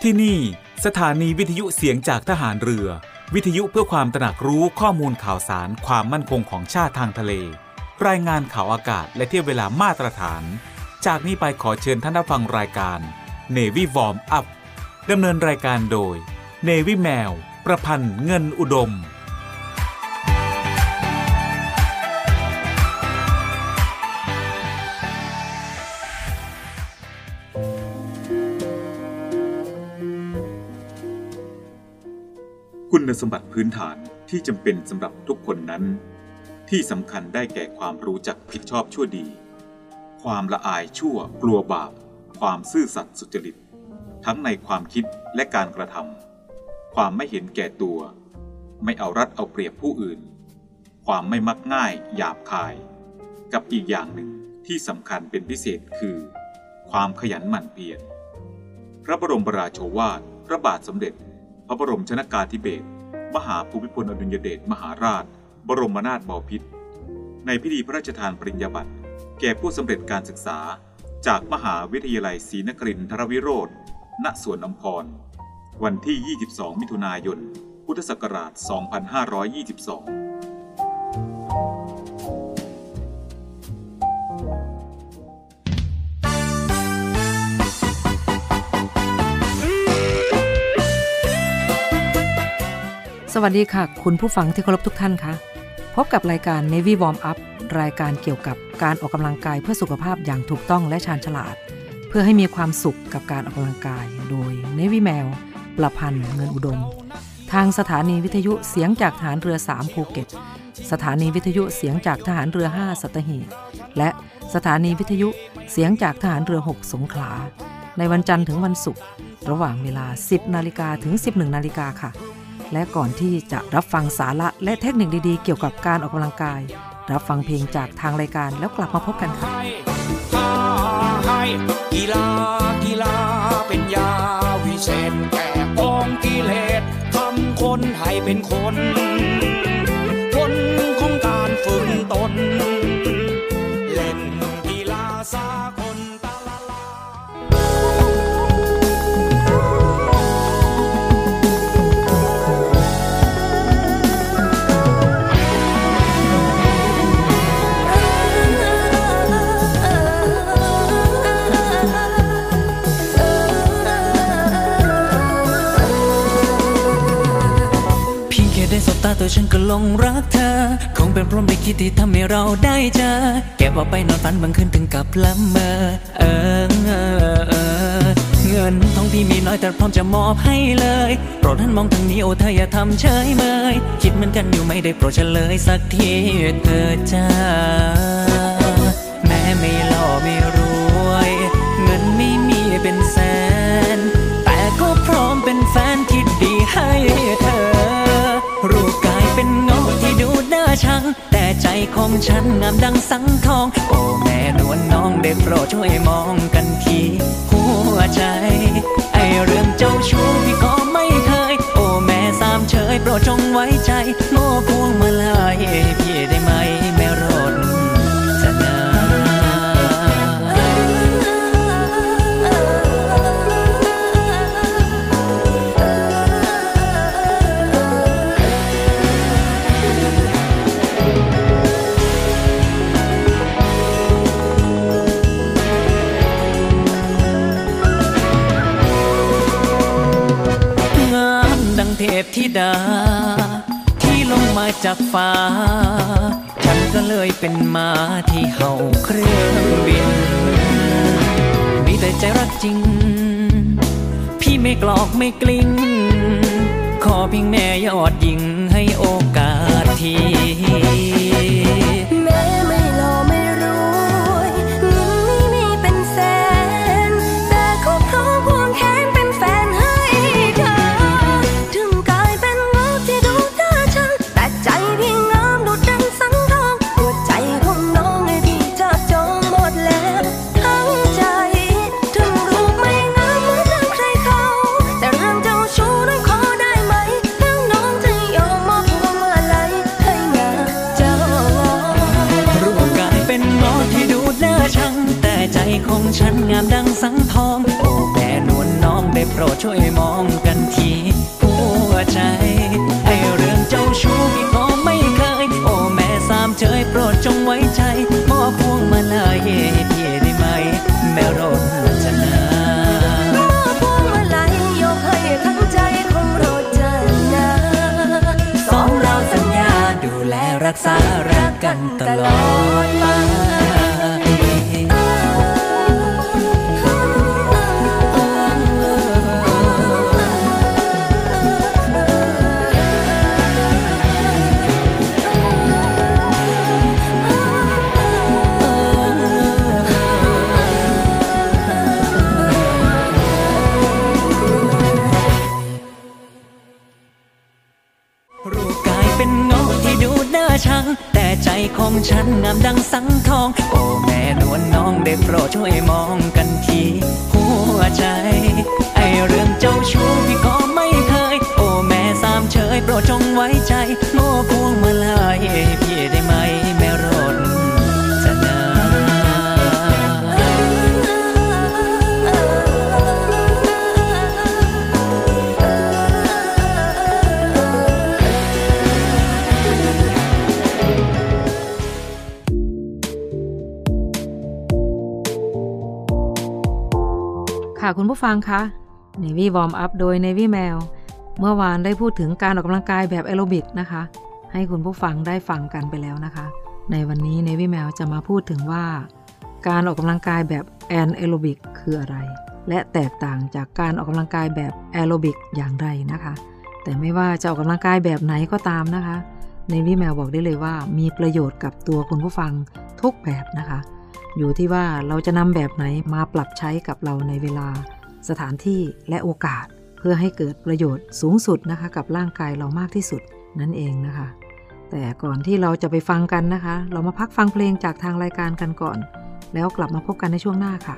ที่นี่สถานีวิทยุเสียงจากทหารเรือวิทยุเพื่อความตระหนักรู้ข้อมูลข่าวสารความมั่นคงของชาติทางทะเลรายงานข่าวอากาศและเทียบเวลามาตรฐานจากนี้ไปขอเชิญท่านรับฟังรายการ Navy Warm Up ดำเนินรายการโดย Navy แมวประพันธ์เงินอุดมคุณสมบัติพื้นฐานที่จำเป็นสำหรับทุกคนนั้นที่สำคัญได้แก่ความรู้จักผิดชอบชั่วดีความละอายชั่วกลัวบาปความซื่อสัตย์สุจริตทั้งในความคิดและการกระทำความไม่เห็นแก่ตัวไม่เอารัดเอาเปรียบผู้อื่นความไม่มักง่ายหยาบคายกับอีกอย่างหนึ่งที่สำคัญเป็นพิเศษคือความขยันหมั่นเพียรพระบรมราโชวาทพระบาทสมเด็จพระบรมชนกาธิเบศรมหาภูมิพลอดุลยเดชมหาราชบรมนาถบพิตรในพิธีพระราชทานปริญญาบัตรแก่ผู้สำเร็จการศึกษาจากมหาวิทยาลัยศรีนครินทรวิโรจน์ณสวนอัมพรวันที่ 22 มิถุนายน พุทธศักราช 2522 สวัสดีค่ะคุณผู้ฟังที่เคารพทุกท่านค่ะพบกับรายการ Navy Warm Up รายการเกี่ยวกับการออกกำลังกายเพื่อสุขภาพอย่างถูกต้องและชาญฉลาดเพื่อให้มีความสุขกับการออกกำลังกายโดย Navy แมวประพันธ์เงินอุดมทางสถานีวิทยุเสียงจากทหารเรือ3ภูเก็ตสถานีวิทยุเสียงจากทหารเรือ5สัตหีบและสถานีวิทยุเสียงจากทหารเรือ6สงขลาในวันจันทร์ถึงวันศุกร์ระหว่างเวลา 10 นาฬิกาถึง 11 นาฬิกาค่ะและก่อนที่จะรับฟังสาระและเทคนิคดีๆเกี่ยวกับการออกกำลังกายรับฟังเพลงจากทางรายการแล้วกลับมาพบกันค่ะกีฬาเป็นยาวิเศษแก้กองกิเลสทำคนให้เป็นคนของการฝึกตนเล่นกีฬาสากลได้สบตาตัวฉันก็หลงรักเธอคงเป็นพรหมลิขิตที่ทำให้เราได้เจอเก็บเอาไปนอนฝันบางคืนถึงกับละเมอเงินทองที่มีน้อยแต่พร้อมจะมอบให้เลยโปรดท่านมองทางนี้โอ้เธออย่าทำเฉยเมยคิดเหมือนกันอยู่ไม่ได้โปรดเฉลยสักทีเธอจ้าแม้ไม่หล่อไม่รวยเงินไม่มีเป็นแสนแต่ก็พร้อมเป็นแฟนที่ดีให้เธอรูปกายเป็นเงาที่ดูน่าชังแต่ใจของฉันงามดังสังทองโอ้แม่นวลน้องได้โปรดช่วยมองกันทีหัวใจไอเรื่องเจ้าชู้พี่ก็ไม่เคยโอ้แม่สามเฉยโปรดจงไว้ใจโง่พวงมาลัยพี่ได้ไหมแม่รถจะนาเทพธิดาที่ลงมาจากฟ้าฉันก็เลยเป็นม้าที่เห่าเครื่องบินมีแต่ใจรักจริงพี่ไม่กลอกไม่กลิ้งขอเพียงแม่ยอดหญิงให้โอกาสทีแม่ไม่หล่อไม่รวยเงินไม่มีเป็นแสนแต่ก็พร้อมควงแขนเป็นแฟนให้เธอถึงกายเป็นเงาที่ดูน่าชังแต่ใจพี่งามดุจดังสังทองหัวใจของน้องให้พี่จับจองหมดแล้วทั้งใจถึงรูปไม่งามเหมือนดังใครเขาแต่เรื่องเจ้าชู้นั้นขอได้ไหมทั้งน้องจะยอมมอบพวงมาลัยให้งามเจ้ารูปกายเป็นเงาที่ดูน่าชังแต่ใจของฉันงามดังสังทองโอ้แม่นวลน้องได้โปรดช่วยมองกันทีหัวใจไอ้เรื่องเจ้าชู้พี่ก็ไม่เคยโอ้แม่สามเฉยโปรดจงไว้ใจมอบพวงมาลัยให้พี่ได้ไหมแม่รจนาพวงมาลัยยกให้ทั้งใจของโรจนาสองเราสัญญาดูแลรักษารักกันตลอดมาแต่ใจของฉันงามดังสังทองโอ้แม่นวลน้องได้โปรดช่วยมองกันทีหัวใจไอ้เรื่องเจ้าชู้พี่ก็ไม่เคยโอ้แม่สามเฉยโปรดจงไว้ใจมอบพวงมาลัยให้พี่ได้ไหมแม่รจนาค่ะคุณผู้ฟังคะ Navy Warm Up โดย Navy แมวเมื่อวานได้พูดถึงการออกกำลังกายแบบแอโรบิกนะคะให้คุณผู้ฟังได้ฟังกันไปแล้วนะคะในวันนี้ Navy แมวจะมาพูดถึงว่าการออกกำลังกายแบบแอนแอโรบิกคืออะไรและแตกต่างจากการออกกำลังกายแบบแอโรบิกอย่างไรนะคะแต่ไม่ว่าจะออกกำลังกายแบบไหนก็ตามนะคะ Navy แมวบอกได้เลยว่ามีประโยชน์กับตัวคุณผู้ฟังทุกแบบนะคะอยู่ที่ว่าเราจะนำแบบไหนมาปรับใช้กับเราในเวลาสถานที่และโอกาสเพื่อให้เกิดประโยชน์สูงสุดนะคะกับร่างกายเรามากที่สุดนั่นเองนะคะแต่ก่อนที่เราจะไปฟังกันนะคะเรามาพักฟังเพลงจากทางรายการกันก่อนแล้วกลับมาพบกันในช่วงหน้าค่ะ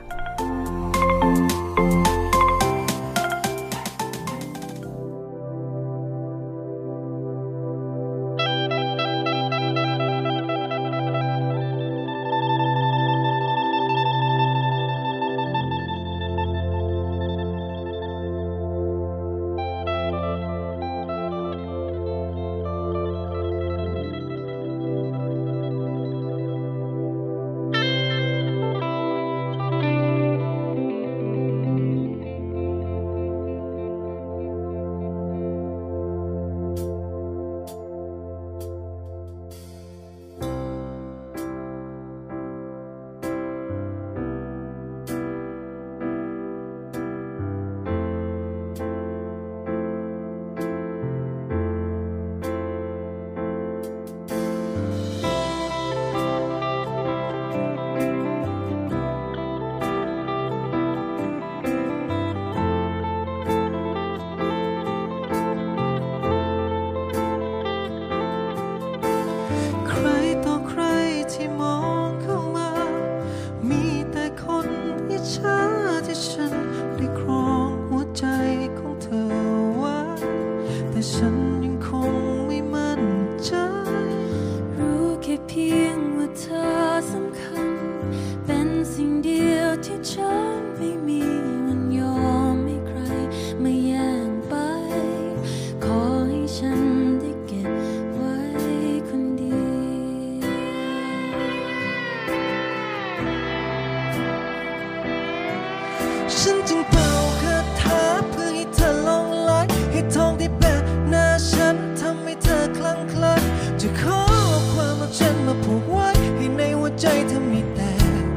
ฉันจึงเป่าคาถาเพื่อให้เธอหลงไหลให้ทองที่แปะหน้าฉันทำให้เธอคลั่งไคล้จะขอความรักฉันมาผูกไว้ให้ในหัวใจเธอมีแต่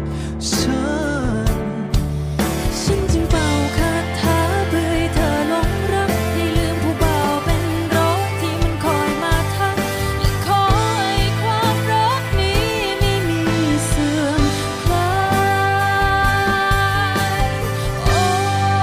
ฉันจึงเป่าคาถาเพื่อให้เธอหลงรักให้ลืมผู้บ่าวเป็นร้อยที่มันคอยมาทักและขอให้ความรักนี้ไม่มีเสื่อมคลายโอ้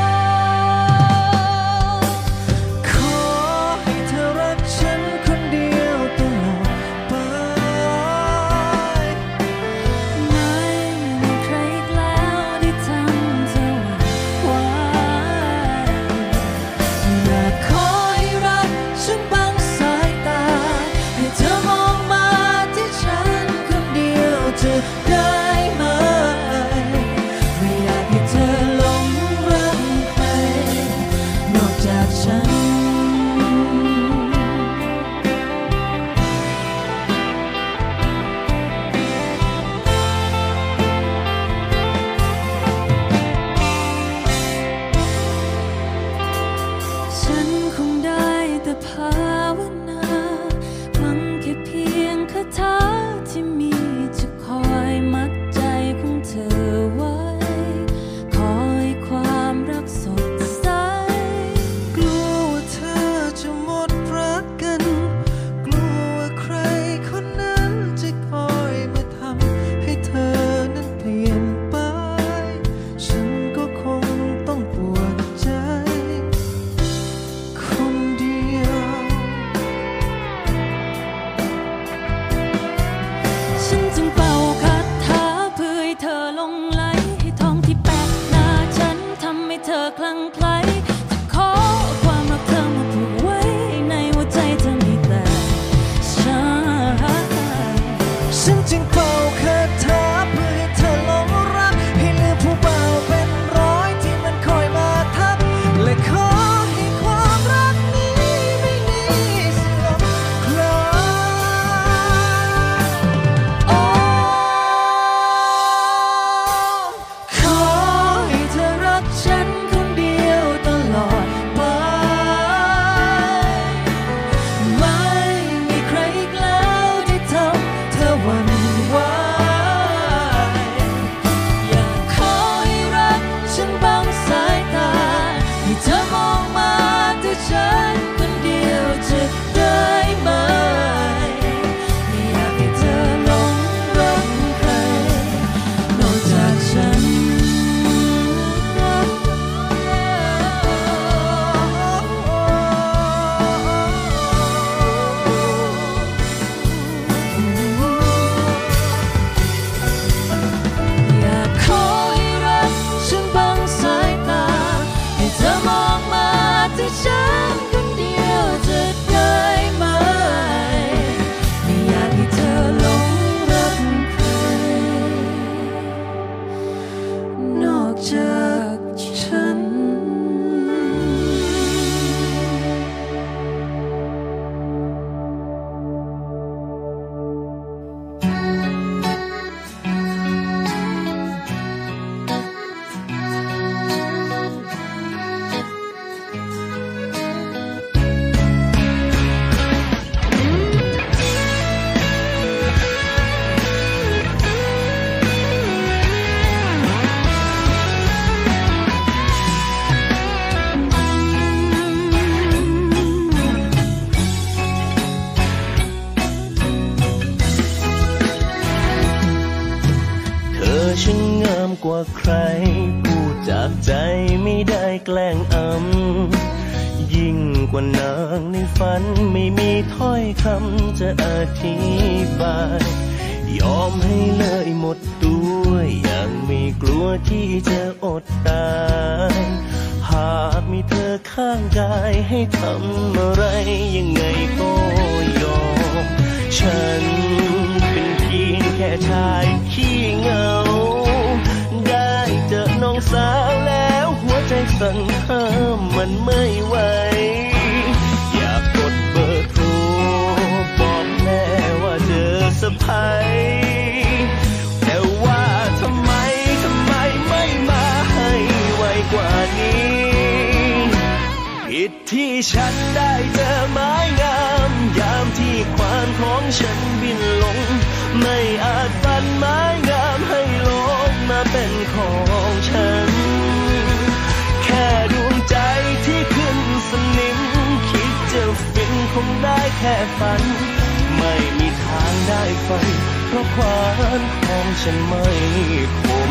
ช่างงามกว่าใครพูดจากใจไม่ได้แกล้งอำยิ่งกว่านางในฝันไม่มีถ้อยคำจะอธิบายยอมให้เลยหมดตัวอย่างไม่กลัวที่จะอดตายหากมีเธอข้างกายให้ทำอะไรยังไงก็ยอมฉันเป็นเพียงแค่ชายขี้เหงาได้เจอน้องสาวแล้วหัวใจสั่นห้ามมันไม่ไหวอยากกดเบอร์โทรบอกแม่ว่าเจอสะพ้ายแต่ว่าทำไมไม่มาให้ไวกว่านี้ผิดที่ฉันได้เจอไม้งามยามที่ควานของฉันบินลงไม่อาจฝันไม้งามให้ลงมาเป็นของฉันแค่ดวงใจที่ขึ้นสนิมคิดจะฟินคงได้แค่ฝันไม่มีทางได้ฝันเพราะควานของฉันไม่คม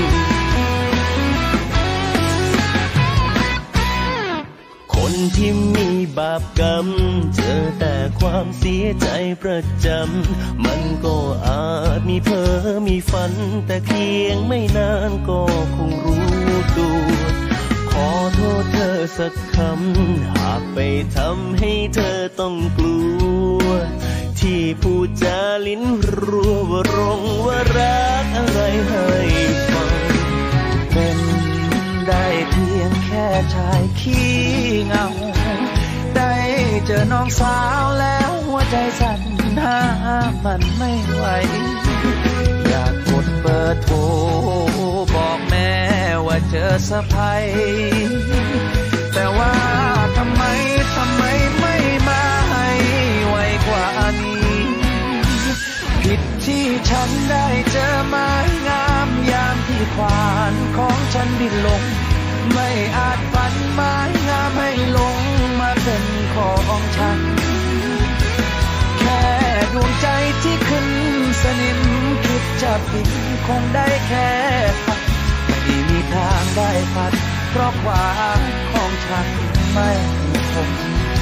คนที่มีบาปกรรมเจอแต่ความเสียใจประจำมันก็อาจมีเพ้อมีฝันแต่เพียงไม่นานก็คงรู้ตัวขอโทษเธอสักคำหากไปทำให้เธอต้องกลัวที่พูดจาลิ้นรัวว่ารงว่ารักอะไรให้ฟังเป็นได้เพียงแค่ชายขี้เหงาได้เจอน้องสาวแล้วหัวใจสั่นห้ามมันไม่ไหวอยากกดเบอร์โทรบอกแม่ว่าเจอสะพ้ายแต่ว่าทำไมไม่มาให้ไวกว่านี้ผิดที่ฉันได้เจอไม้งามยามที่ควานของฉันบินลงไม่อาจฝันไม้งามให้ลงมาเป็นของฉันแค่ดวงใจที่ขึ้นสนิมคิดจะบินคงได้แค่ฝันไม่มีทางได้ฝันเพราะความของฉันไม่คง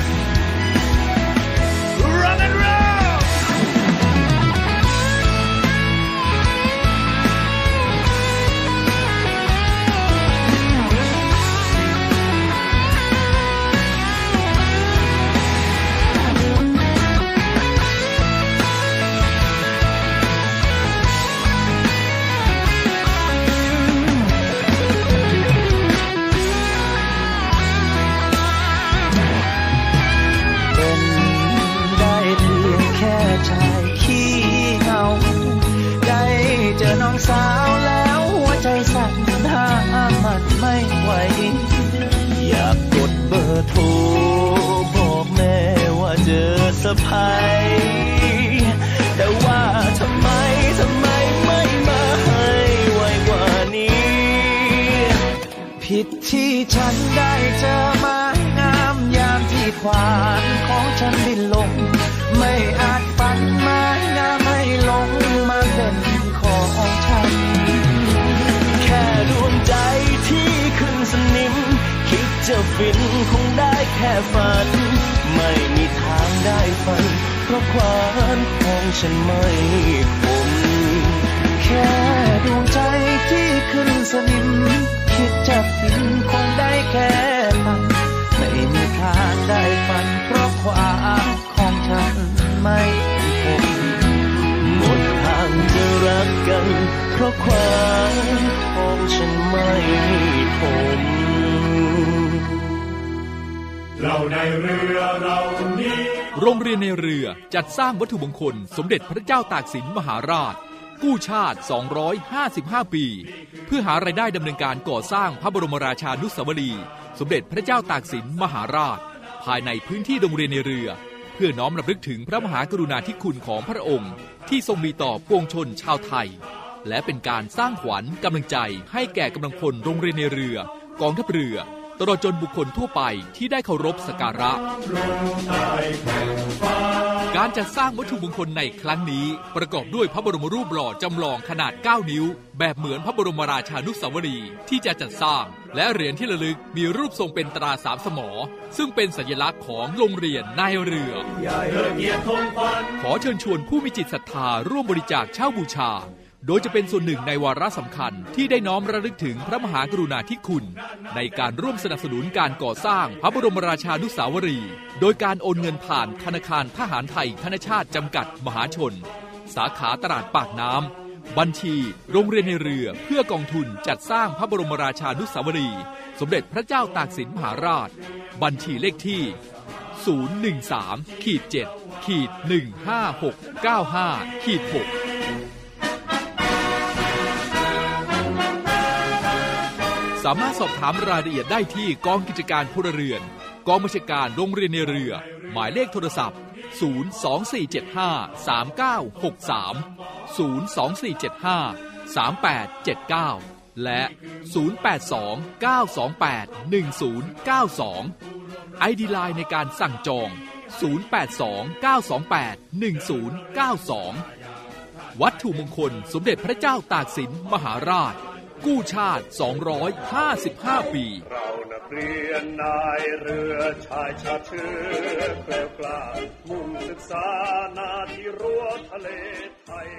Run and rollชายขี้เหงาได้เจอน้องสาวแล้วหัวใจสั่นห้ามมันไม่ไหวอยากกดเบอร์โทรบอกแม่ว่าเจอสะพ้ายแต่ว่าทำไมไม่มาให้ไวกว่านี้ผิดที่ฉันได้เจอไม้งามยามที่ควานของฉันบินลงไม่อาจฝันไม้งามให้ลงมาเป็นของฉันแค่ดวงใจที่ขึ้นสนิมคิดจะฟินคงได้แค่ฝันไม่มีทางได้ฝันเพราะความของฉันไม่คมแค่ดวงใจที่ขึ้นสนิมคิดจะฟินคงได้แค่ฝันไม่มีทางได้ฝันเพราะความของฉันไม่คงหมดทางจะรักกันเพราะความของฉันไม่คงเราในเรือเรานี้โรงเรียนในเรือจัดสร้างวัตถุมงคลสมเด็จพระเจ้าตากสินมหาราชกู้ชาติ255ปีเพื่อหารายได้ดำเนินการก่อสร้างพระบรมราชานุสาวรีย์สมเด็จพระเจ้าตากสินมหาราชภายในพื้นที่โรงเรียนในเรือเพื่อน้อมรำลึกถึงพระมหากรุณาธิคุณของพระองค์ที่ทรงมีต่อปวงชนชาวไทยและเป็นการสร้างขวัญกำลังใจให้แก่กำลังพลโรงเรียนในเรือกองทัพเรือตลอดจนบุคคลทั่วไปที่ได้เคารพสักการะการจัดสร้างวัตถุมงคลในครั้งนี้ประกอบด้วยพระบรมรูปหล่อจำลองขนาด 9 นิ้วแบบเหมือนพระบรมราชานุสาวรีย์ที่จะจัดสร้างและเหรียญที่ระลึกมีรูปทรงเป็นตราสามสมอซึ่งเป็นสัญลักษณ์ของโรงเรียนนายเรือขอเชิญชวนผู้มีจิตศรัทธาร่วมบริจาคเช่าบูชาโดยจะเป็นส่วนหนึ่งในวาระสำคัญที่ได้น้อมระลึกถึงพระมหากรุณาธิคุณในการร่วมสนับสนุนการก่อสร้างพระบรมราชานุสาวรีย์โดยการโอนเงินผ่านธนาคารทหารไทยธนชาติจำกัดมหาชนสาขาตลาดปากน้ำบัญชีโรงเรียนในเรือเพื่อกองทุนจัดสร้างพระบรมราชานุสาวรีย์สมเด็จพระเจ้าตากสินมหาราชบัญชีเลขที่013-7-15695-6สามารถสอบถามรายละเอียดได้ที่กองกิจการพลเรือนกองบัญชาการโรงเรียนในเรือหมายเลขโทรศัพท์024753963 024753879และ0829281092 ID Line ในการสั่งจอง0829281092วัตถุมงคลสมเด็จพระเจ้าตากสินมหาราชกู้ชาติ255 ปีเรานักเรียนนายเรือชายชาติเชื้อแกล้วกล้ามุ่งศึกษานาที่รั้วทะเลไทย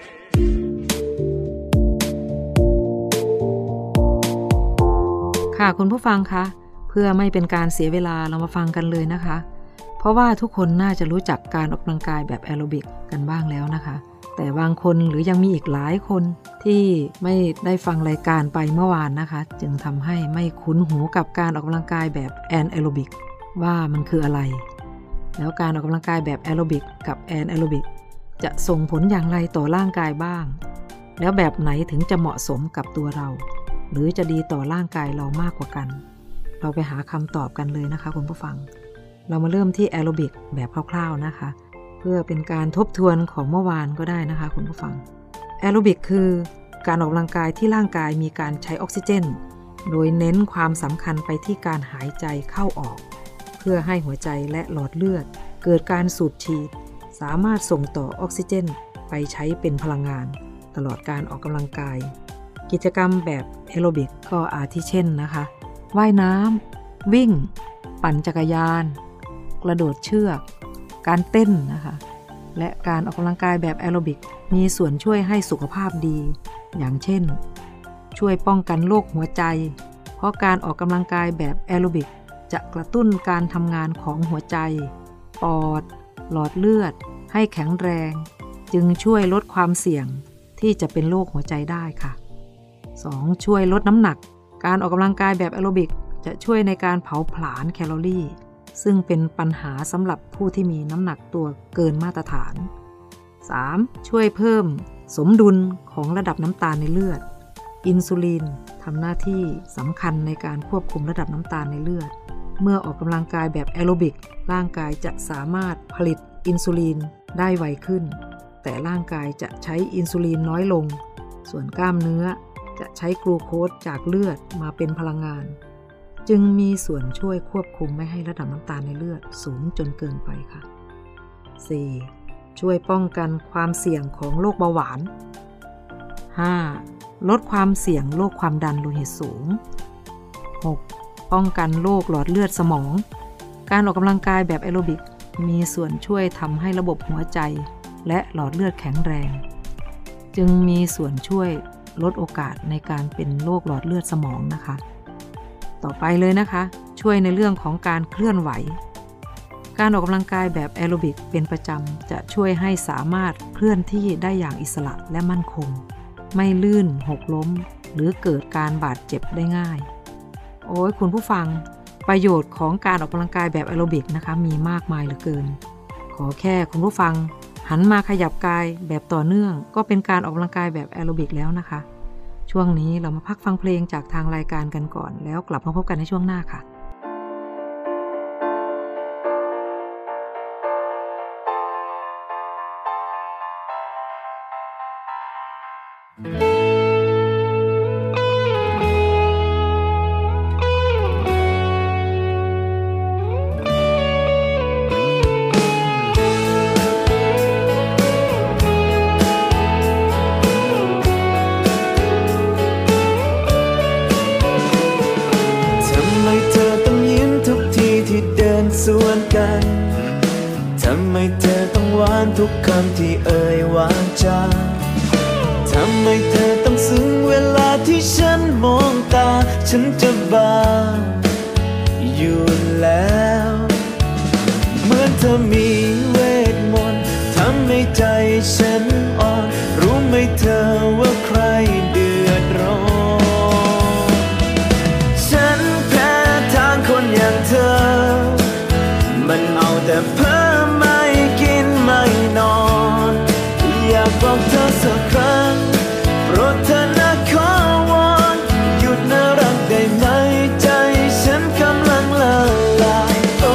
ค่ะคุณผู้ฟังคะเพื่อไม่เป็นการเสียเวลาเรามาฟังกันเลยนะคะเพราะว่าทุกคนน่าจะรู้จักการออกกำลังกายแบบแอโรบิกกันบ้างแล้วนะคะแต่บางคนหรือยังมีอีกหลายคนที่ไม่ได้ฟังรายการไปเมื่อวานนะคะจึงทำให้ไม่คุ้นหูกับการออกกำลังกายแบบแอนแอโรบิกว่ามันคืออะไรแล้วการออกกำลังกายแบบแอโรบิกกับแอนแอโรบิกจะส่งผลอย่างไรต่อร่างกายบ้างแล้วแบบไหนถึงจะเหมาะสมกับตัวเราหรือจะดีต่อร่างกายเรามากกว่ากันเราไปหาคำตอบกันเลยนะคะคุณผู้ฟังเรามาเริ่มที่แอโรบิกแบบคร่าวๆนะคะเพื่อเป็นการทบทวนของเมื่อวานก็ได้นะคะคุณผู้ฟังแอโรบิกคือการออกกำลังกายที่ร่างกายมีการใช้ออกซิเจนโดยเน้นความสำคัญไปที่การหายใจเข้าออกเพื่อให้หัวใจและหลอดเลือดเกิดการสูบฉีดสามารถส่งต่อออกซิเจนไปใช้เป็นพลังงานตลอดการออกกำลังกายกิจกรรมแบบแอโรบิกก็อาทิเช่นนะคะว่ายน้ำวิ่งปั่นจักรยานกระโดดเชือกการเต้นนะคะและการออกกำลังกายแบบแอโรบิกมีส่วนช่วยให้สุขภาพดีอย่างเช่นช่วยป้องกันโรคหัวใจเพราะการออกกำลังกายแบบแอโรบิกจะกระตุ้นการทำงานของหัวใจปอดหลอดเลือดให้แข็งแรงจึงช่วยลดความเสี่ยงที่จะเป็นโรคหัวใจได้ค่ะ 2. ช่วยลดน้ำหนักการออกกำลังกายแบบแอโรบิกจะช่วยในการเผาผลาญแคลอรี่ซึ่งเป็นปัญหาสำหรับผู้ที่มีน้ำหนักตัวเกินมาตรฐาน 3. ช่วยเพิ่มสมดุลของระดับน้ำตาลในเลือดอินซูลินทำหน้าที่สำคัญในการควบคุมระดับน้ำตาลในเลือดเมื่อออกกำลังกายแบบแอโรบิกร่างกายจะสามารถผลิตอินซูลินได้ไวขึ้นแต่ร่างกายจะใช้อินซูลินน้อยลงส่วนกล้ามเนื้อจะใช้กลูโคสจากเลือดมาเป็นพลังงานจึงมีส่วนช่วยควบคุมไม่ให้ระดับน้ำตาลในเลือดสูงจนเกินไปค่ะ 4. ช่วยป้องกันความเสี่ยงของโรคเบาหวาน 5. ลดความเสี่ยงโรคความดันโลหิตสูง 6. ป้องกันโรคหลอดเลือดสมองการออกกำลังกายแบบแอโรบิกมีส่วนช่วยทำให้ระบบหัวใจและหลอดเลือดแข็งแรงจึงมีส่วนช่วยลดโอกาสในการเป็นโรคหลอดเลือดสมองนะคะต่อไปเลยนะคะช่วยในเรื่องของการเคลื่อนไหวการออกกำลังกายแบบแอโรบิกเป็นประจำจะช่วยให้สามารถเคลื่อนที่ได้อย่างอิสระและมั่นคงไม่ลื่นหกล้มหรือเกิดการบาดเจ็บได้ง่ายโอ้ยคุณผู้ฟังประโยชน์ของการออกกำลังกายแบบแอโรบิกนะคะมีมากมายเหลือเกินขอแค่คุณผู้ฟังหันมาขยับกายแบบต่อเนื่องก็เป็นการออกกำลังกายแบบแอโรบิกแล้วนะคะช่วงนี้เรามาพักฟังเพลงจากทางรายการกันก่อนแล้วกลับมาพบกันในช่วงหน้าค่ะำไมเธอต้องหวานทุกคำที่เอ่ยวาจาทำไมเธอต้องซึ้งเวลาที่ฉันมองตาฉันจะบ้าอยู่แล้วเหมือนเธอมีเวทมนต์ทำให้ใจฉันอ่อนรู้ไหมเธอว่าใครเดือดร้อนฉันแพ้ทางคนอย่างเธอมันเอาแต่เพ้อไม่กินไม่นอนอยากบอกเธอสักครั้งโปรดเธอนะขอวอนหยุดน่ารักได้ไหมใจฉันกำลังละลาย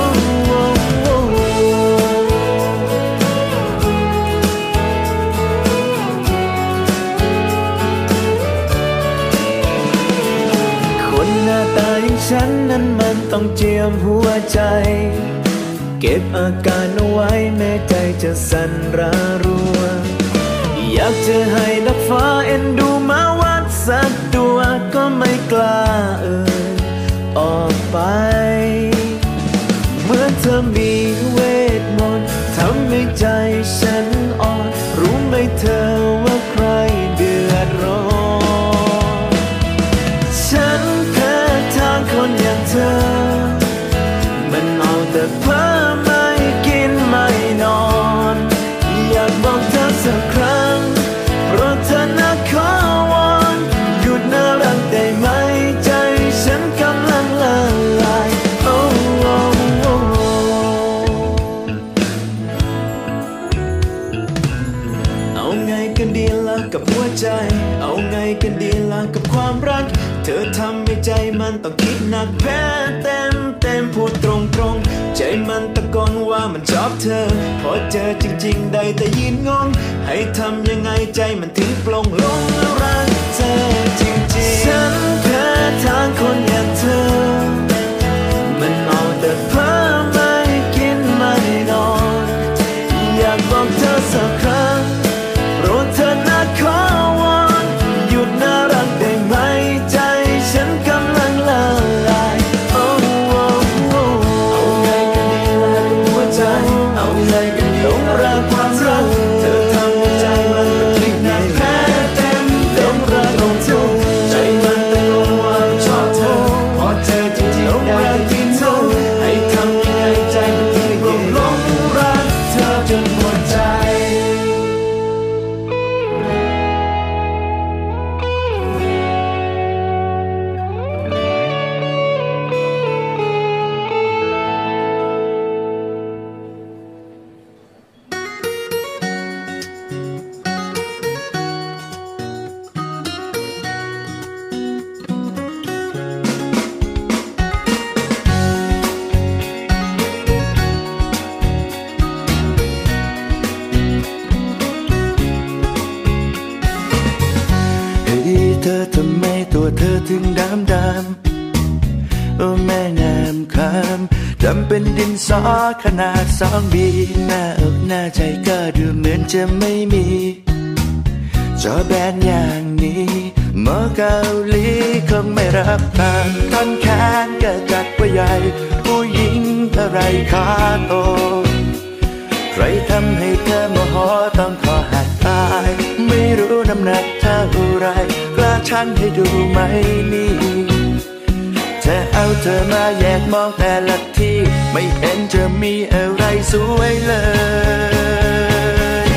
คนหน้าตาอย่างฉันนั้นมันต้องเจียมหัวใจเก็บอาการเอาไว้แม้ใจจะสั่นระรัวอยากจะให้นักฟ้าเอ็นดูมาวัดสักตัวก็ไม่กล้าออกไปเหมือนเธอมีเวทมนต์ทำให้ใจฉันอ่อนรู้ไหมเธอว่าใครเดือดร้อนฉันแพ้ทางคนอย่างเธอมันเอาแต่เพ้อไม่กินไม่นอนอยากบอกเธอสักครั้งโปรดเธอนะขอวอนหยุดน่ารักได้ไหมใจฉันกำลังละลายเอาไงกันดีล่ะกับหัวใจเอาไงกันดีล่ะกับความรักเธอทำให้ใจมันต้องคิดหนักแพ้เต็มพูดตรงๆใจมันตะโกนว่ามันชอบเธอพอเจอจริงๆได้แต่ยืนงงให้ทำยังไงใจมันถึงปลงลงรักเธอจริงๆฉันแพ้ทางคนอย่างเธอมันเอาแต่เพ้อไม่กินไม่นอนอยากบอกเธอสักครั้งโปรดเธอนะขอวอนหยุดน่ารักได้ไหมใจฉันกำลังละลายเอาไงกันดีล่ะกับหัวใจเอาไงกันดีล่ะกับความรักเธอทำให้ใจมันต้องคิดหนักแพ้เต็มรักของเธอใจมันตะโกนว่าชอบเธอพอเจอจริงๆได้แต่ยินเธอให้ทำยังไงใจมันถึงหลงรักเธอจนหมดใจเธอทำไมตัวเธอถึงดำโอ้แม่งามคำดำเป็นดินสอขนาด2 บีหน้าอกหน้าใจก็ดูเหมือนจะไม่มีจอแบนอย่างนี้หมอเกาหลีคงไม่รับทางท่อนแขนก็จัดว่าใหญ่ผู้หญิงอะไรขาโตใครทำให้เธอโมโหต้องขอหักตายไม่รู้น้ำหนักเท่าไรกล้าชั่งให้ดูไหมนี่จะเอาเธอมาแยกมองแต่ละที่ไม่เห็นจะมีอะไรสวยเลย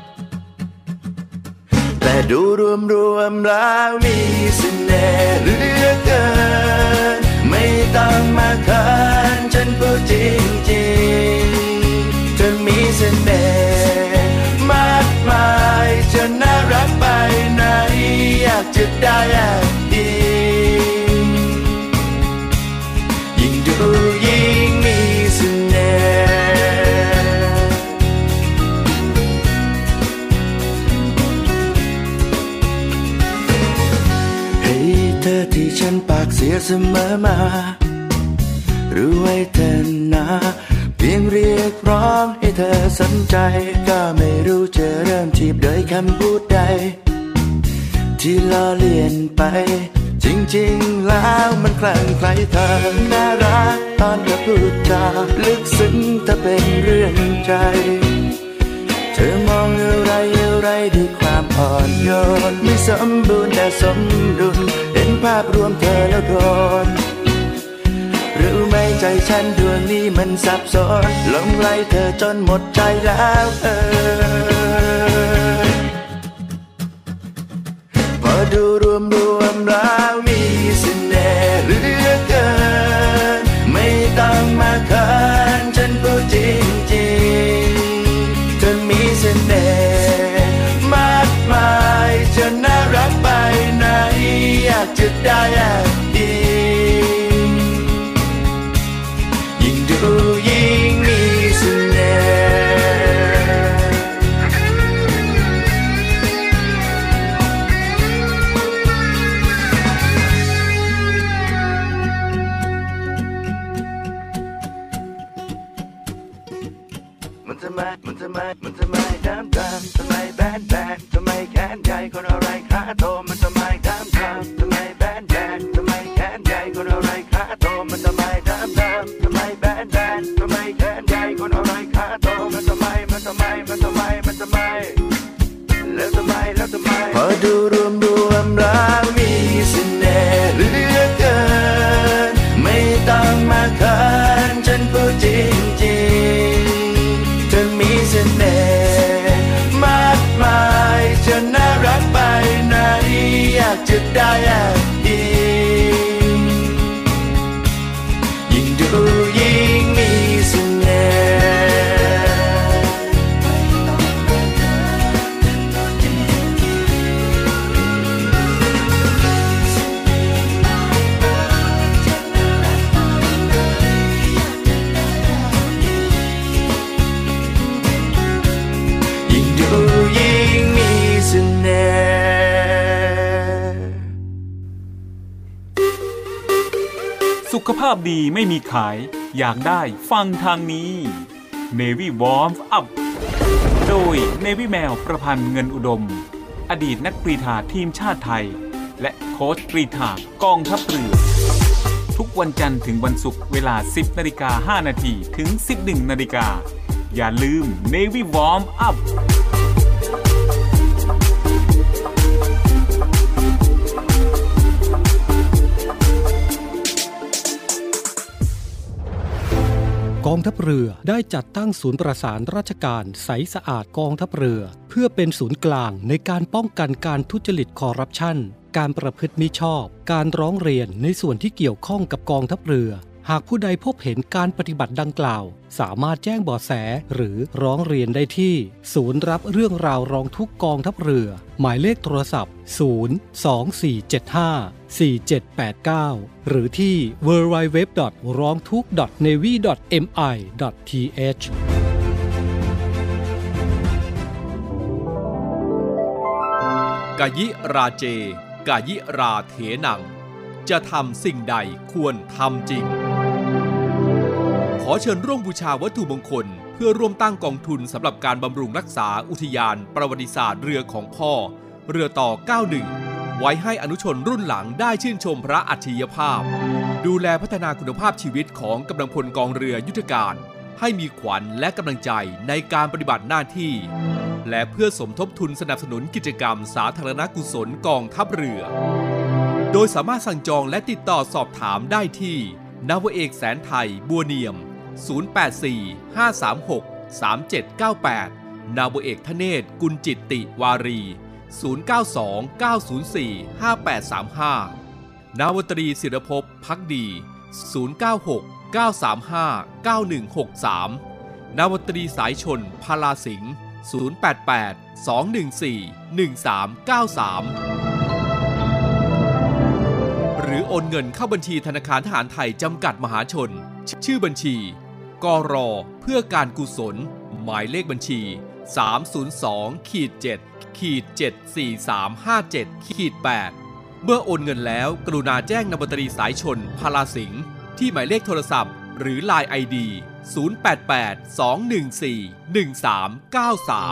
แต่ดูรวมแล้วมีเสน่ห์เหลือเกินไม่ต้องมาเขินฉันพูดจริงๆเธอมีเสน่ห์มากมายจะน่ารักไปไหนอยากจะได้ดียิ่งดูยิ่งมีเสน่ห์ให้เธอที่ฉันปากเสียเสมอมารู้ไว้เธอนะเพียงเรียกร้องให้เธอสนใจก็ไม่รู้จะเริ่มจีบโดยคำพูดใดที่ล้อเลียนไปจริงๆแล้วมันคลั่งไคล้เธอน่ารักตอนเธอพูดจาลึกซึ้งถ้าเป็นเรื่องใจเธอมองอะไรด้วยความอ่อนโยนไม่สมบูรณ์แต่สมดุลเห็นภาพรวมเธอแล้วโดนรู้ไหมใจฉันดวงนี้มันสับสนหลงไหลเธอจนหมดใจแล้วพอดูรวมแล้วมีเสน่ห์เหลือเกินไม่ต้องมาเขินฉันพูดจริงๆเธอมีเสน่ห์มากมายจะน่ารักไปไหนอยากจะได้แอบดียิ่งดูยิ่งมีเสน่ห์มันทำไมดำทำไมแบนทำไมแขนใหญ่คนอะไรขาโตมันทำไมดำทำไมแบนทำไมแขนใหญ่คนอะไรขาโตมันทำไมดำทำไมแบนทำไมแขนใหญ่คนอะไรขาโตมันทำไมแล้วทำไมพอดูรวมแล้วมีเสน่ห์เหลือเกินไม่ต้องมาเขินฉันพูดจริงๆเธอมีเสน่ห์มากมายจะน่ารักไปไหนอยากจะได้แอบดียิ่งดูยิ่งมีเสน่ห์สุขภาพดีไม่มีขายอยากได้ฟังทางนี้ Navy Warm Up โดย Navy แมวประพันธ์เงินอุดมอดีตนักกรีฑาทีมชาติไทยและโค้ชกรีฑากองทัพเรือทุกวันจันทร์ถึงวันศุกร์เวลา 10:05 น.ถึง 11:00 น.อย่าลืม Navy Warm Up กองทัพเรือได้จัดตั้งศูนย์ประสานราชการใสสะอาดกองทัพเรือเพื่อเป็นศูนย์กลางในการป้องกันการทุจริตคอร์รัปชันการประพฤติมิชอบการร้องเรียนในส่วนที่เกี่ยวข้องกับกองทัพเรือหากผู้ใดพบเห็นการปฏิบัติดังกล่าวสามารถแจ้งเบาะแสหรือร้องเรียนได้ที่ศูนย์รับเรื่องราวร้องทุกข์กองทัพเรือหมายเลขโทรศัพท์024754789หรือที่ www.rongthuk.navy.mi.th กายิราเจกายิราเถนังจะทำสิ่งใดควรทำจริงขอเชิญร่วมบูชาวัตถุมงคลเพื่อร่วมตั้งกองทุนสำหรับการบำรุงรักษาอุทยานประวัติศาสตร์เรือของพ่อเรือต่อ 91ไว้ให้อนุชนรุ่นหลังได้ชื่นชมพระอัจฉริยภาพดูแลพัฒนาคุณภาพชีวิตของกำลังพลกองเรือยุทธการให้มีขวัญและกำลังใจในการปฏิบัติหน้าที่และเพื่อสมทบทุนสนับสนุนกิจกรรมสาธารณกุศลกองทัพเรือโดยสามารถสั่งจองและติดต่อสอบถามได้ที่นาวาเอกแสนไทยบัวเนียม084-536-3798นาวาเอกธเนศกุลจิตติวารี0929045835นาวาตรีศิรภพภักดี096-935-9163นาวาตรีสายชนพาลาสิงห์088-214-1393หรือโอนเงินเข้าบัญชีธนาคารทหารไทยจำกัดมหาชนชื่อบัญชีกร.เพื่อการกุศลหมายเลขบัญชี 302-7-74357-8 เมื่อโอนเงินแล้วกรุณาแจ้งนาวาตรีสายชนพาลาสิงห์ที่หมายเลขโทรศัพท์หรือ LINE ID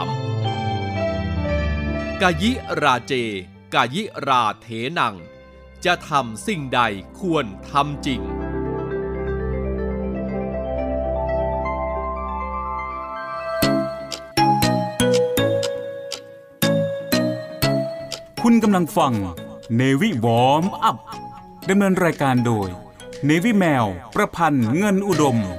088-214-1393 กายิราเจกายิราเถนังจะทำสิ่งใดควรทำจริงคุณกำลังฟัง Navy Warm Up ดำเนินรายการโดย Navy แมวประพันธ์เงินอุดม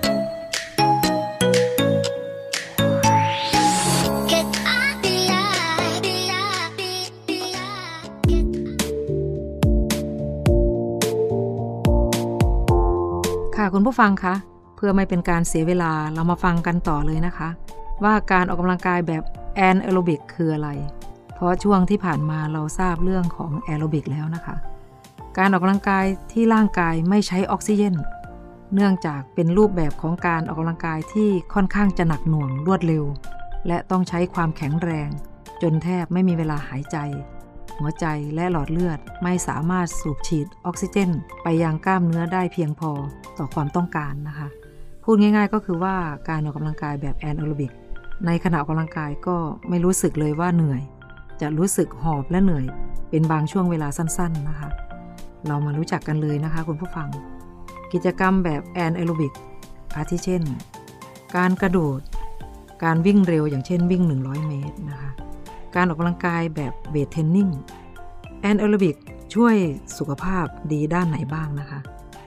ค่ะคุณผู้ฟังคะเพื่อไม่เป็นการเสียเวลาเรามาฟังกันต่อเลยนะคะว่าการออกกำลังกายแบบแอนแอโรบิกคืออะไรเพราะช่วงที่ผ่านมาเราทราบเรื่องของแอโรบิกแล้วนะคะการออกกำลังกายที่ร่างกายไม่ใช้ออกซิเจนเนื่องจากเป็นรูปแบบของการออกกำลังกายที่ค่อนข้างจะหนักหน่วงรวดเร็วและต้องใช้ความแข็งแรงจนแทบไม่มีเวลาหายใจหัวใจและหลอดเลือดไม่สามารถสูบฉีดออกซิเจนไปยังกล้ามเนื้อได้เพียงพอต่อความต้องการนะคะพูดง่ายๆก็คือว่าการออกกำลังกายแบบแอนแอโรบิกในขณะออกกำลังกายก็ไม่รู้สึกเลยว่าเหนื่อยจะรู้สึกหอบและเหนื่อยเป็นบางช่วงเวลาสั้นๆนะคะเรามารู้จักกันเลยนะคะคุณผู้ฟังกิจกรรมแบบแอนแอโรบิกอาทิเช่นการกระโดดการวิ่งเร็วอย่างเช่นวิ่ง100 เมตรนะคะการออกกำลังกายแบบเวทเทรนนิ่งแอนแอโรบิกช่วยสุขภาพดีด้านไหนบ้างนะคะ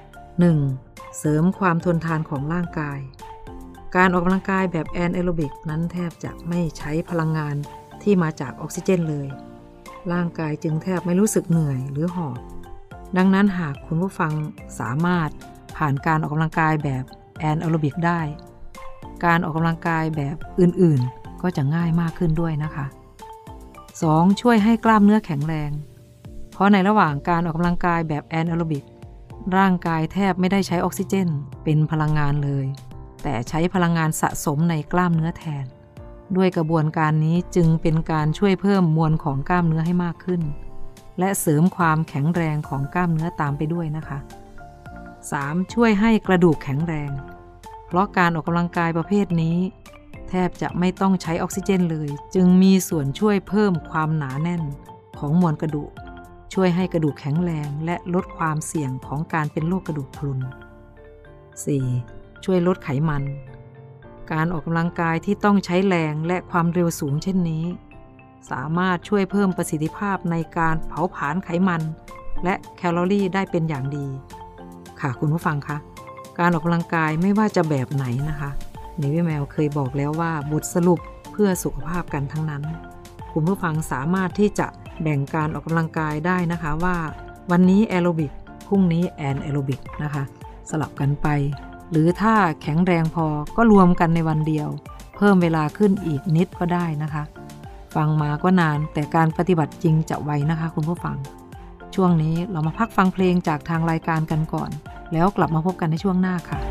1. เสริมความทนทานของร่างกายการออกกำลังกายแบบแอนแอโรบิกนั้นแทบจะไม่ใช้พลังงานที่มาจากออกซิเจนเลยร่างกายจึงแทบไม่รู้สึกเหนื่อยหรือหอบดังนั้นหากคุณผู้ฟังสามารถผ่านการออกกำลังกายแบบแอนแอโรบิกได้การออกกำลังกายแบบอื่นๆก็จะง่ายมากขึ้นด้วยนะคะ 2. ช่วยให้กล้ามเนื้อแข็งแรงเพราะในระหว่างการออกกำลังกายแบบแอนแอโรบิกร่างกายแทบไม่ได้ใช้ออกซิเจนเป็นพลังงานเลยแต่ใช้พลังงานสะสมในกล้ามเนื้อแทนด้วยกระบวนการนี้จึงเป็นการช่วยเพิ่มมวลของกล้ามเนื้อให้มากขึ้นและเสริมความแข็งแรงของกล้ามเนื้อตามไปด้วยนะคะ 3. ช่วยให้กระดูกแข็งแรงเพราะการออกกำลังกายประเภทนี้แทบจะไม่ต้องใช้ออกซิเจนเลยจึงมีส่วนช่วยเพิ่มความหนาแน่นของมวลกระดูกช่วยให้กระดูกแข็งแรงและลดความเสี่ยงของการเป็นโรคกระดูกพรุน 4. ช่วยลดไขมันการออกกำลังกายที่ต้องใช้แรงและความเร็วสูงเช่นนี้สามารถช่วยเพิ่มประสิทธิภาพในการเผาผลาญไขมันและแคลอรี่ได้เป็นอย่างดีค่ะคุณผู้ฟังคะการออกกำลังกายไม่ว่าจะแบบไหนนะคะNavy แมวเคยบอกแล้วว่าบทสรุปเพื่อสุขภาพกันทั้งนั้นคุณผู้ฟังสามารถที่จะแบ่งการออกกำลังกายได้นะคะว่าวันนี้แอโรบิกพรุ่งนี้แอนแอโรบิกนะคะสลับกันไปหรือถ้าแข็งแรงพอก็รวมกันในวันเดียวเพิ่มเวลาขึ้นอีกนิดก็ได้นะคะฟังมาก็นานแต่การปฏิบัติจริงจะไวนะคะคุณผู้ฟังช่วงนี้เรามาพักฟังเพลงจากทางรายการกันก่อนแล้วกลับมาพบกันในช่วงหน้าค่ะ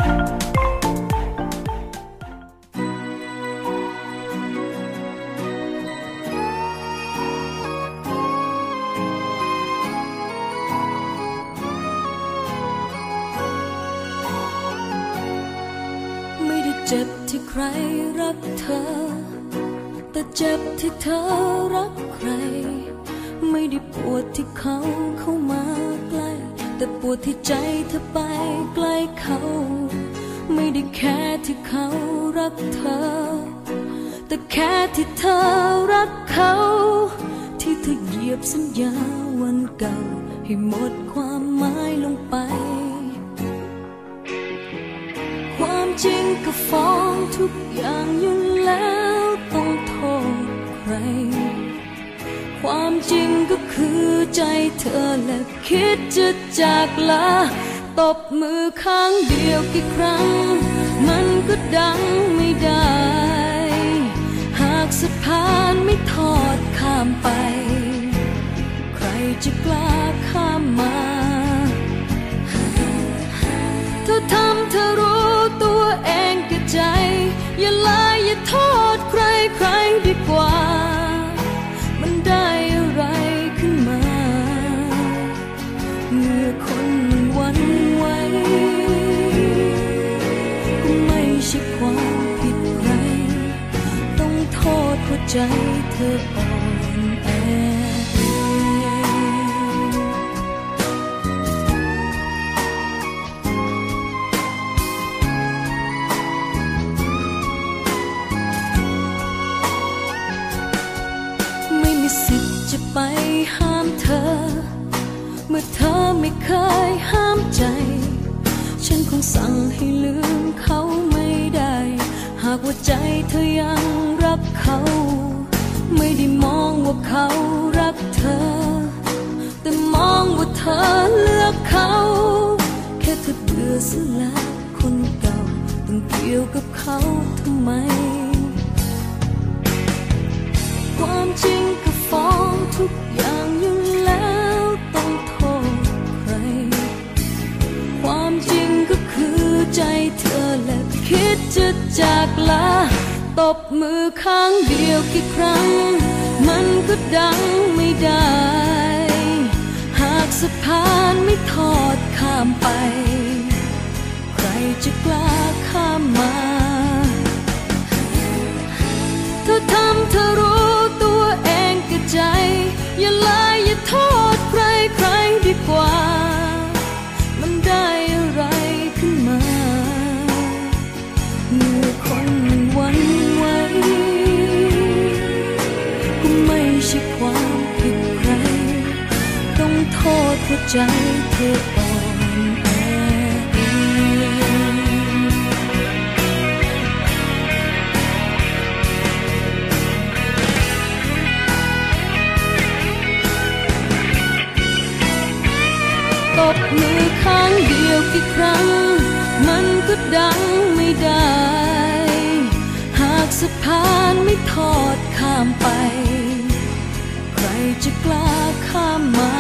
เจ็บที่ใครรักเธอแต่เจ็บที่เธอรักใครไม่ได้ปวดที่เขาเข้ามาใกล้แต่ปวดที่ใจเธอไปใกล้เขาไม่ได้แค่ที่เขารักเธอแต่แค่ที่เธอรักเขาที่เธอเหยียบสัญญาวันเก่าให้หมดความหมายลงไปความจริงก็ฟ้องทุกอย่างอยู่แล้วต้องโทษใครความจริงก็คือใจเธอและคิดจะจากลาตบมือข้างเดียวกี่ครั้งมันก็ดังไม่ได้หากสะพานไม่ทอดข้ามไปใครจะกล้าข้ามมาเธอทำเธอรู้ตัวเองกับใจอย่าลายอย่าโทษใครใครดีกว่ามันได้อะไรขึ้นมาเมื่อคนมันหวั่นไหวก็ไม่ใช่ความผิดใครต้องโทษเพราะใจเธออ่อนแอเมื่อเธอไม่เคยห้ามใจฉันคงสั่งให้ลืมเขาไม่ได้หากว่าใจเธอยังรักเขาไม่ได้มองว่าเขารักเธอแต่มองว่าเธอเลือกเขาแค่เธอเบื่อเสียแล้วคนเก่าต้องเกี่ยวกับเขาทำไมความจริงก็ฟ้องทุกอย่างอยู่แล้วต้องโทษใครความจริงก็คือใจเธอและคิดจะจากลาตบมือข้างเดียวกี่ครั้งมันก็ดังไม่ได้หากสะพานไม่ทอดข้ามไปใครจะกล้าข้ามมาเธอทำเธอรู้ตัวเองกับใจอย่าเลยอย่าโทษใครใครดีกว่ามันได้อะไรขึ้นมาเมื่อคนมันหวั่นไหวก็ไม่ใช่ความผิดใครต้องโทษหัวใจเธออ่อนแอตบมือข้างเดียวกี่ครั้งมันก็ดังไม่ได้หากสะพานไม่ทอดข้ามไปใครจะกล้าข้ามมา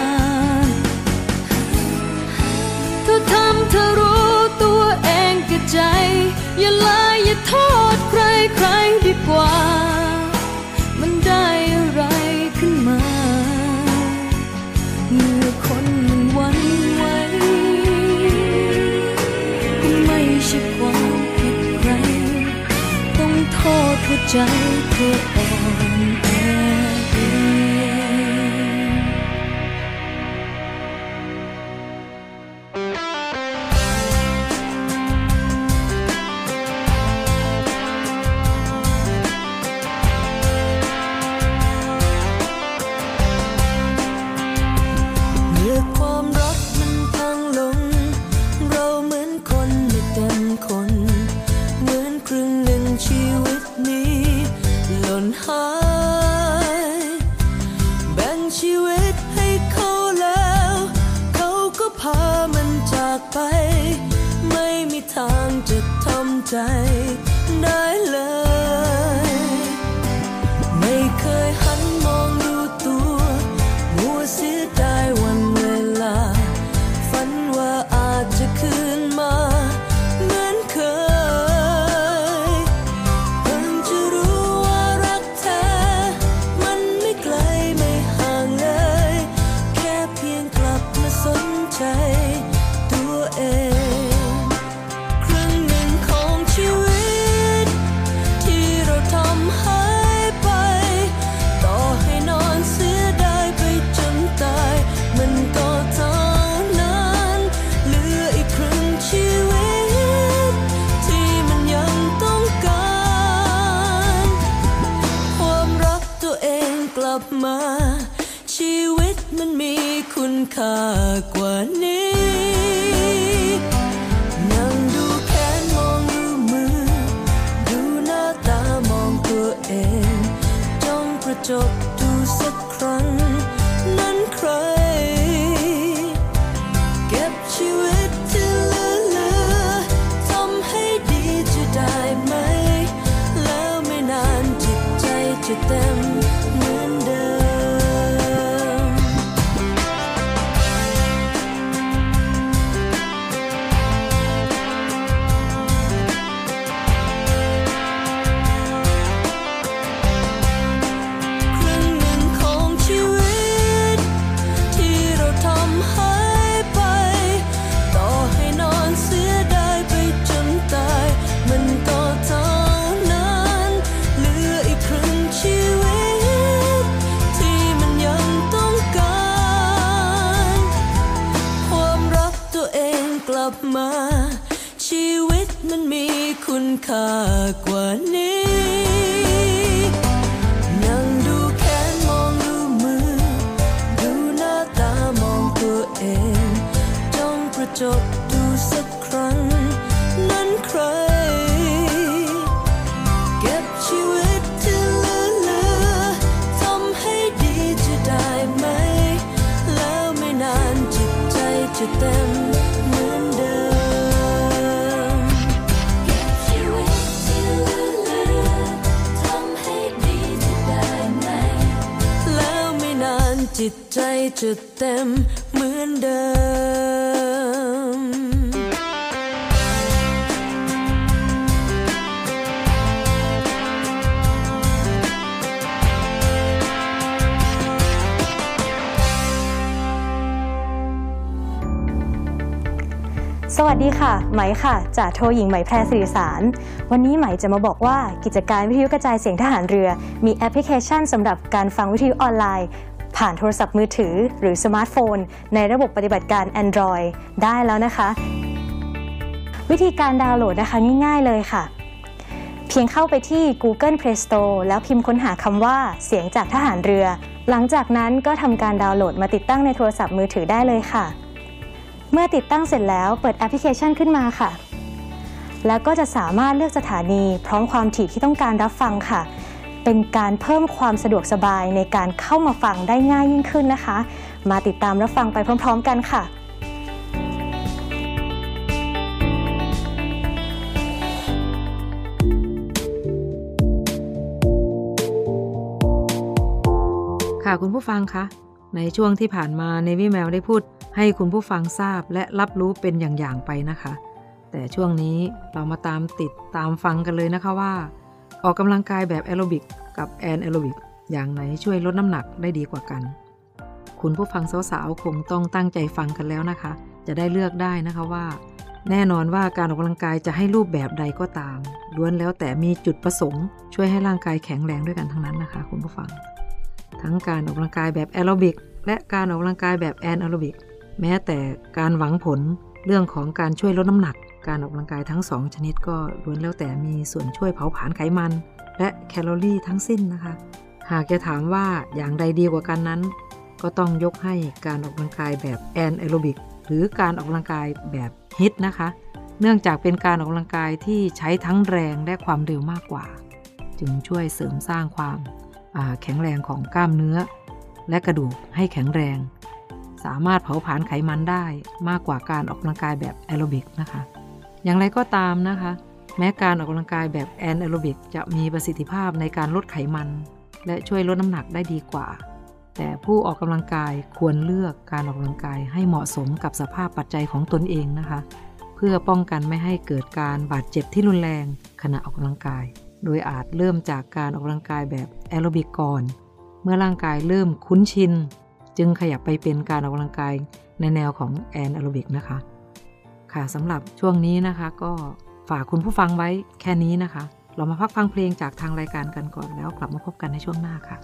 เธอทำเธอรู้ตัวเองกับใจอย่าเลยอย่าโทษใครใครดีกว่ามันได้อะไรขึ้นมาเมื่อคนมันหวั่นไหวก็ไม่ใช่ความผิดใครต้องโทษหัวใจเธออ่อนแอได้เลยไม่เคยหันมองดูตัวมัวเสียดายวันเวลาฝันว่าอาจจะคืนมาเหมือนเคยเพิ่งจะรู้ว่ารักแท้มันไม่ไกลไม่ห่างเลยแค่เพียงกลับมาสนใจตัวเองมาชีวิตมันมีคุณค่ากว่านี้นั่งดูแขนมองดูมือดูหน้าตามองตัวเองจ้องกระจกดูสักครั้งนั้นใครเก็บชีวิตที่เหลือทำให้ดีจะได้ไหมแล้วไม่นานจิตใจจะเต็มมาชีวิตมันมีคุณค่ากว่านี้นั่งดูแขนมองดูมือดูหน้าตามองตัวเอจบดูสักครั้งนั้นใครเก็บชีวิตที่เหลือทำให้ดีจะได้ไหมแล้วไม่นานจิตใจจะเต็มเหมือนเดิมเก็บชีวิตที่เหลือทำให้ดีจะได้ไหมแล้วไม่นานจิตใจจะเต็มเหมือนเดิมสวัสดีค่ะไหมค่ะจ่าโทหญิงไหมแพรศิริสารวันนี้ไหมจะมาบอกว่ากิจการวิทยุกระจายเสียงทหารเรือมีแอปพลิเคชันสำหรับการฟังวิทยุออนไลน์ผ่านโทรศัพท์มือถือหรือสมาร์ทโฟนในระบบปฏิบัติการ Android ได้แล้วนะคะวิธีการดาวน์โหลดนะคะง่ายๆเลยค่ะเพียงเข้าไปที่ Google Play Store แล้วพิมพ์ค้นหาคำว่าเสียงจากทหารเรือหลังจากนั้นก็ทำการดาวน์โหลดมาติดตั้งในโทรศัพท์มือถือได้เลยค่ะเมื่อติดตั้งเสร็จแล้วเปิดแอปพลิเคชันขึ้นมาค่ะแล้วก็จะสามารถเลือกสถานีพร้อมความถี่ที่ต้องการรับฟังค่ะเป็นการเพิ่มความสะดวกสบายในการเข้ามาฟังได้ง่ายยิ่งขึ้นนะคะมาติดตามรับฟังไปพร้อมๆกันค่ะค่ะคุณผู้ฟังคะในช่วงที่ผ่านมา Navy Mail ได้พูดให้คุณผู้ฟังทราบและรับรู้เป็นอย่างๆไปนะคะแต่ช่วงนี้เรามาตามติดตามฟังกันเลยนะคะว่าออกกำลังกายแบบแอโรบิกกับแอนแอโรบิกอย่างไหนช่วยลดน้ำหนักได้ดีกว่ากันคุณผู้ฟังสาวๆคงต้องตั้งใจฟังกันแล้วนะคะจะได้เลือกได้นะคะว่าแน่นอนว่าการออกกำลังกายจะให้รูปแบบใดก็ตามล้วนแล้วแต่มีจุดประสงค์ช่วยให้ร่างกายแข็งแรงด้วยกันทั้งนั้นนะคะคุณผู้ฟังทั้งการออกกำลังกายแบบแอโรบิกและการออกกำลังกายแบบแอนแอโรบิกแม้แต่การหวังผลเรื่องของการช่วยลดน้ำหนักการออกกำลังกายทั้ง2ชนิดก็ล้วนแล้วแต่มีส่วนช่วยเผาผลาญไขมันและแคลอรี่ทั้งสิ้นนะคะหากจะถามว่าอย่างใดดีกว่ากันนั้นก็ต้องยกให้การออกกำลังกายแบบแอนแอโรบิกหรือการออกกำลังกายแบบฮิตนะคะเนื่องจากเป็นการออกกำลังกายที่ใช้ทั้งแรงและความเร็วมากกว่าจึงช่วยเสริมสร้างความแข็งแรงของกล้ามเนื้อและกระดูกให้แข็งแรงสามารถเผาผลาญไขมันได้มากกว่าการออกกำลังกายแบบแอโรบิกนะคะอย่างไรก็ตามนะคะแม้การออกกำลังกายแบบแอนแอโรบิกจะมีประสิทธิภาพในการลดไขมันและช่วยลดน้ำหนักได้ดีกว่าแต่ผู้ออกกำลังกายควรเลือกการออกกำลังกายให้เหมาะสมกับสภาพปัจจัยของตนเองนะคะเพื่อป้องกันไม่ให้เกิดการบาดเจ็บที่รุนแรงขณะออกกำลังกายโดยอาจเริ่มจากการออกกำลังกายแบบแอโรบิกก่อนเมื่อร่างกายเริ่มคุ้นชินจึงขยับไปเป็นการออกกำลังกายในแนวของแอนแอโรบิกนะคะค่ะสำหรับช่วงนี้นะคะก็ฝากคุณผู้ฟังไว้แค่นี้นะคะเรามาพักฟังเพลงจากทางรายการกันก่อนแล้วกลับมาพบกันในช่วงหน้าค่ะ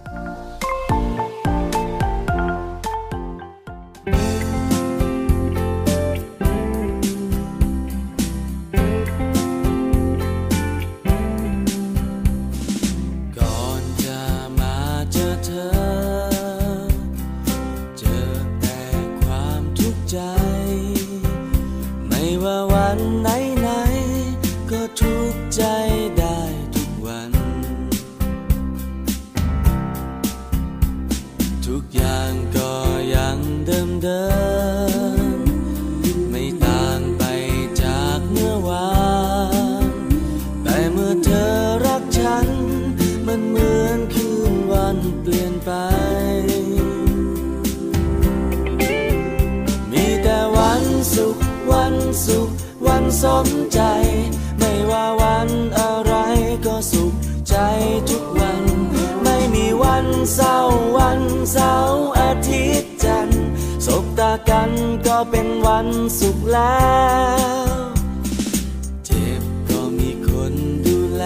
วันสมใจไม่ว่าวันอะไรก็สุขใจทุกวันไม่มีวันเศร้าวันเสาร์อาทิตย์จันทร์สบตากันก็เป็นวันสุขแล้วเจ็บก็มีคนดูแล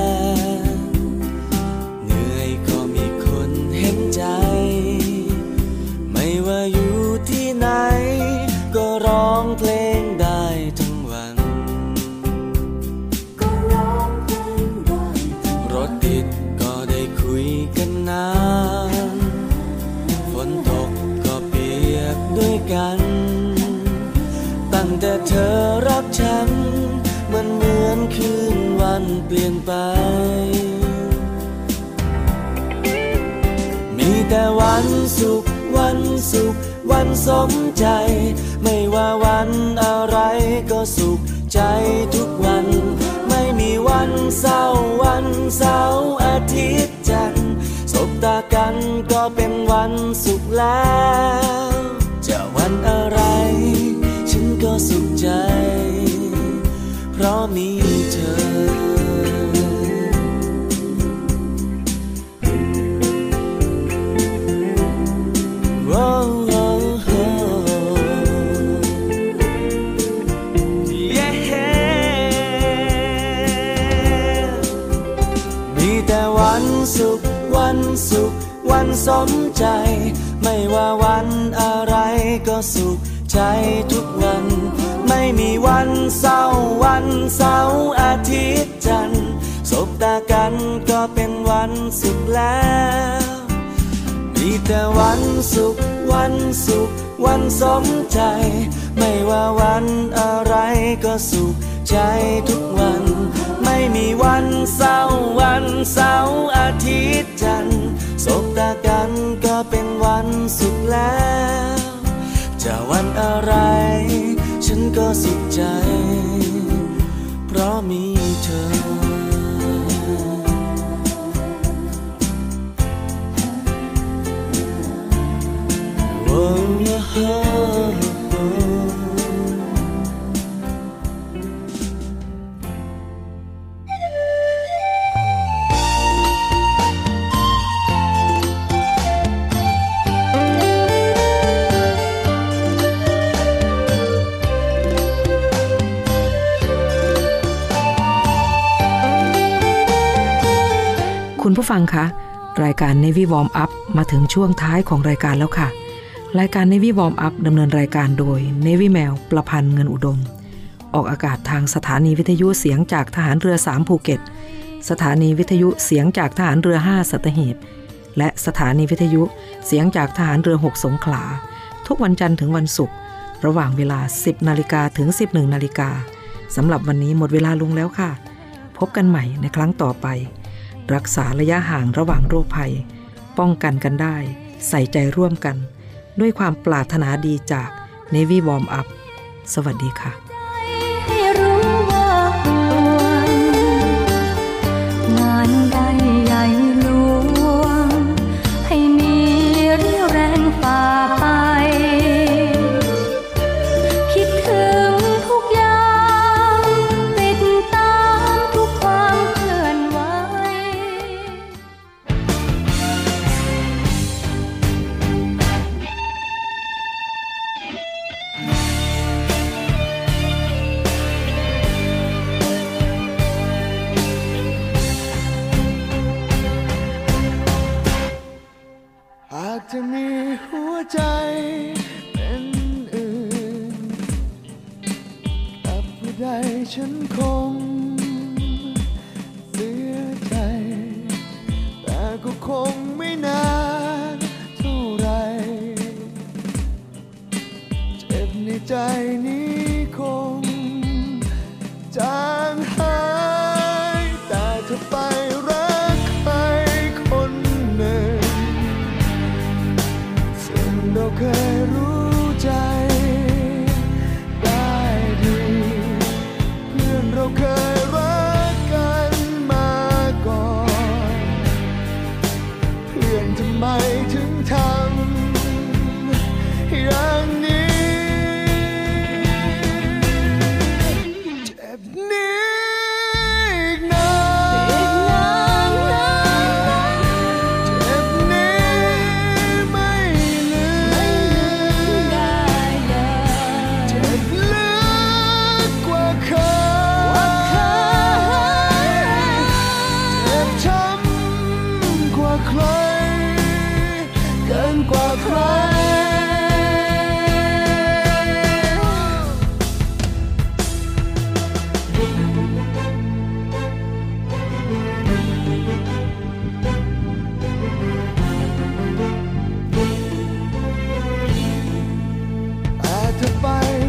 เหนื่อยก็มีคนเห็นใจไม่ว่าอยู่ที่ไหนก็ร้องเพลงได้ทั้งวันรถติดก็ได้คุยกันนานฝนตกก็เปียกด้วยกันตั้งแต่เธอรักฉันมันเหมือนคืนวันเปลี่ยนไปมีแต่วันสุขวันสุขวันสมใจไม่ว่าวันอะไรก็สุขใจทุกวันไม่มีวันเศร้าวันเสาร์อาทิตย์จันทร์สบตากันก็เป็นวันสุขแล้วจะวันอะไรฉันก็สุขใจเพราะมีเธอสุขวันสุขวันสมใจไม่ว่าวันอะไรก็สุขใจทุกวันไม่มีวันเศร้าวันเสาร์อาทิตย์จันทร์สบตากันก็เป็นวันสุขแล้วมีแต่วันสุขวันสุขวันสมใจไม่ว่าวันอะไรก็สุขใจทุกวันไม่มีวันเศร้าวันเสาร์อาทิตย์จันทร์สบตากันก็เป็นวันสุขแล้วจะวันอะไรฉันก็สุขใจเพราะมีเธอคุณผู้ฟังคะรายการ Navy Warm Up มาถึงช่วงท้ายของรายการแล้วค่ะรายการ Navy Warm Up ดำเนินรายการโดย Navy แมวประพันธ์เงินอุดมออกอากาศทางสถานีวิทยุเสียงจากทหารเรือ3ภูเก็ตสถานีวิทยุเสียงจากทหารเรือ5สัตหีบและสถานีวิทยุเสียงจากทหารเรือ6สงขลาทุกวันจันทร์ถึงวันศุกร์ระหว่างเวลา 10:00 นถึง 11:00 นสำหรับวันนี้หมดเวลาลงแล้วค่ะพบกันใหม่ในครั้งต่อไปรักษาระยะห่างระหว่างโรคภัยป้องกันกันได้ใส่ใจร่วมกันด้วยความปรารถนาดีจาก Navy Warm Up สวัสดีค่ะให้รู้ว่าควรงานใดใหญ่หลวงให้มีเรี่ยวแรงฝ่าไปคิดถึงทุกอย่างติดตามทุกความเคลื่อนไหวหากจะมีหัวใจเป็นอื่นกับผู้ใดฉันคงเสียใจแต่ก็คงไม่นานเท่าไรเจ็บในใจนี้คงจางหายแต่เธอไปรักใครคนหนึ่งเราเคยรู้ใจได้ดีเพื่อนเราเคยรักกันมาก่อนเพื่อนทำไมถึงทำอย่างนี้เจ็บนี้อีกนานเจ็บนี้ไม่ลืมเจ็บลึกกว่าเคยเจ็บช้ำกว่าใครเกินกว่าใครอาจจะไป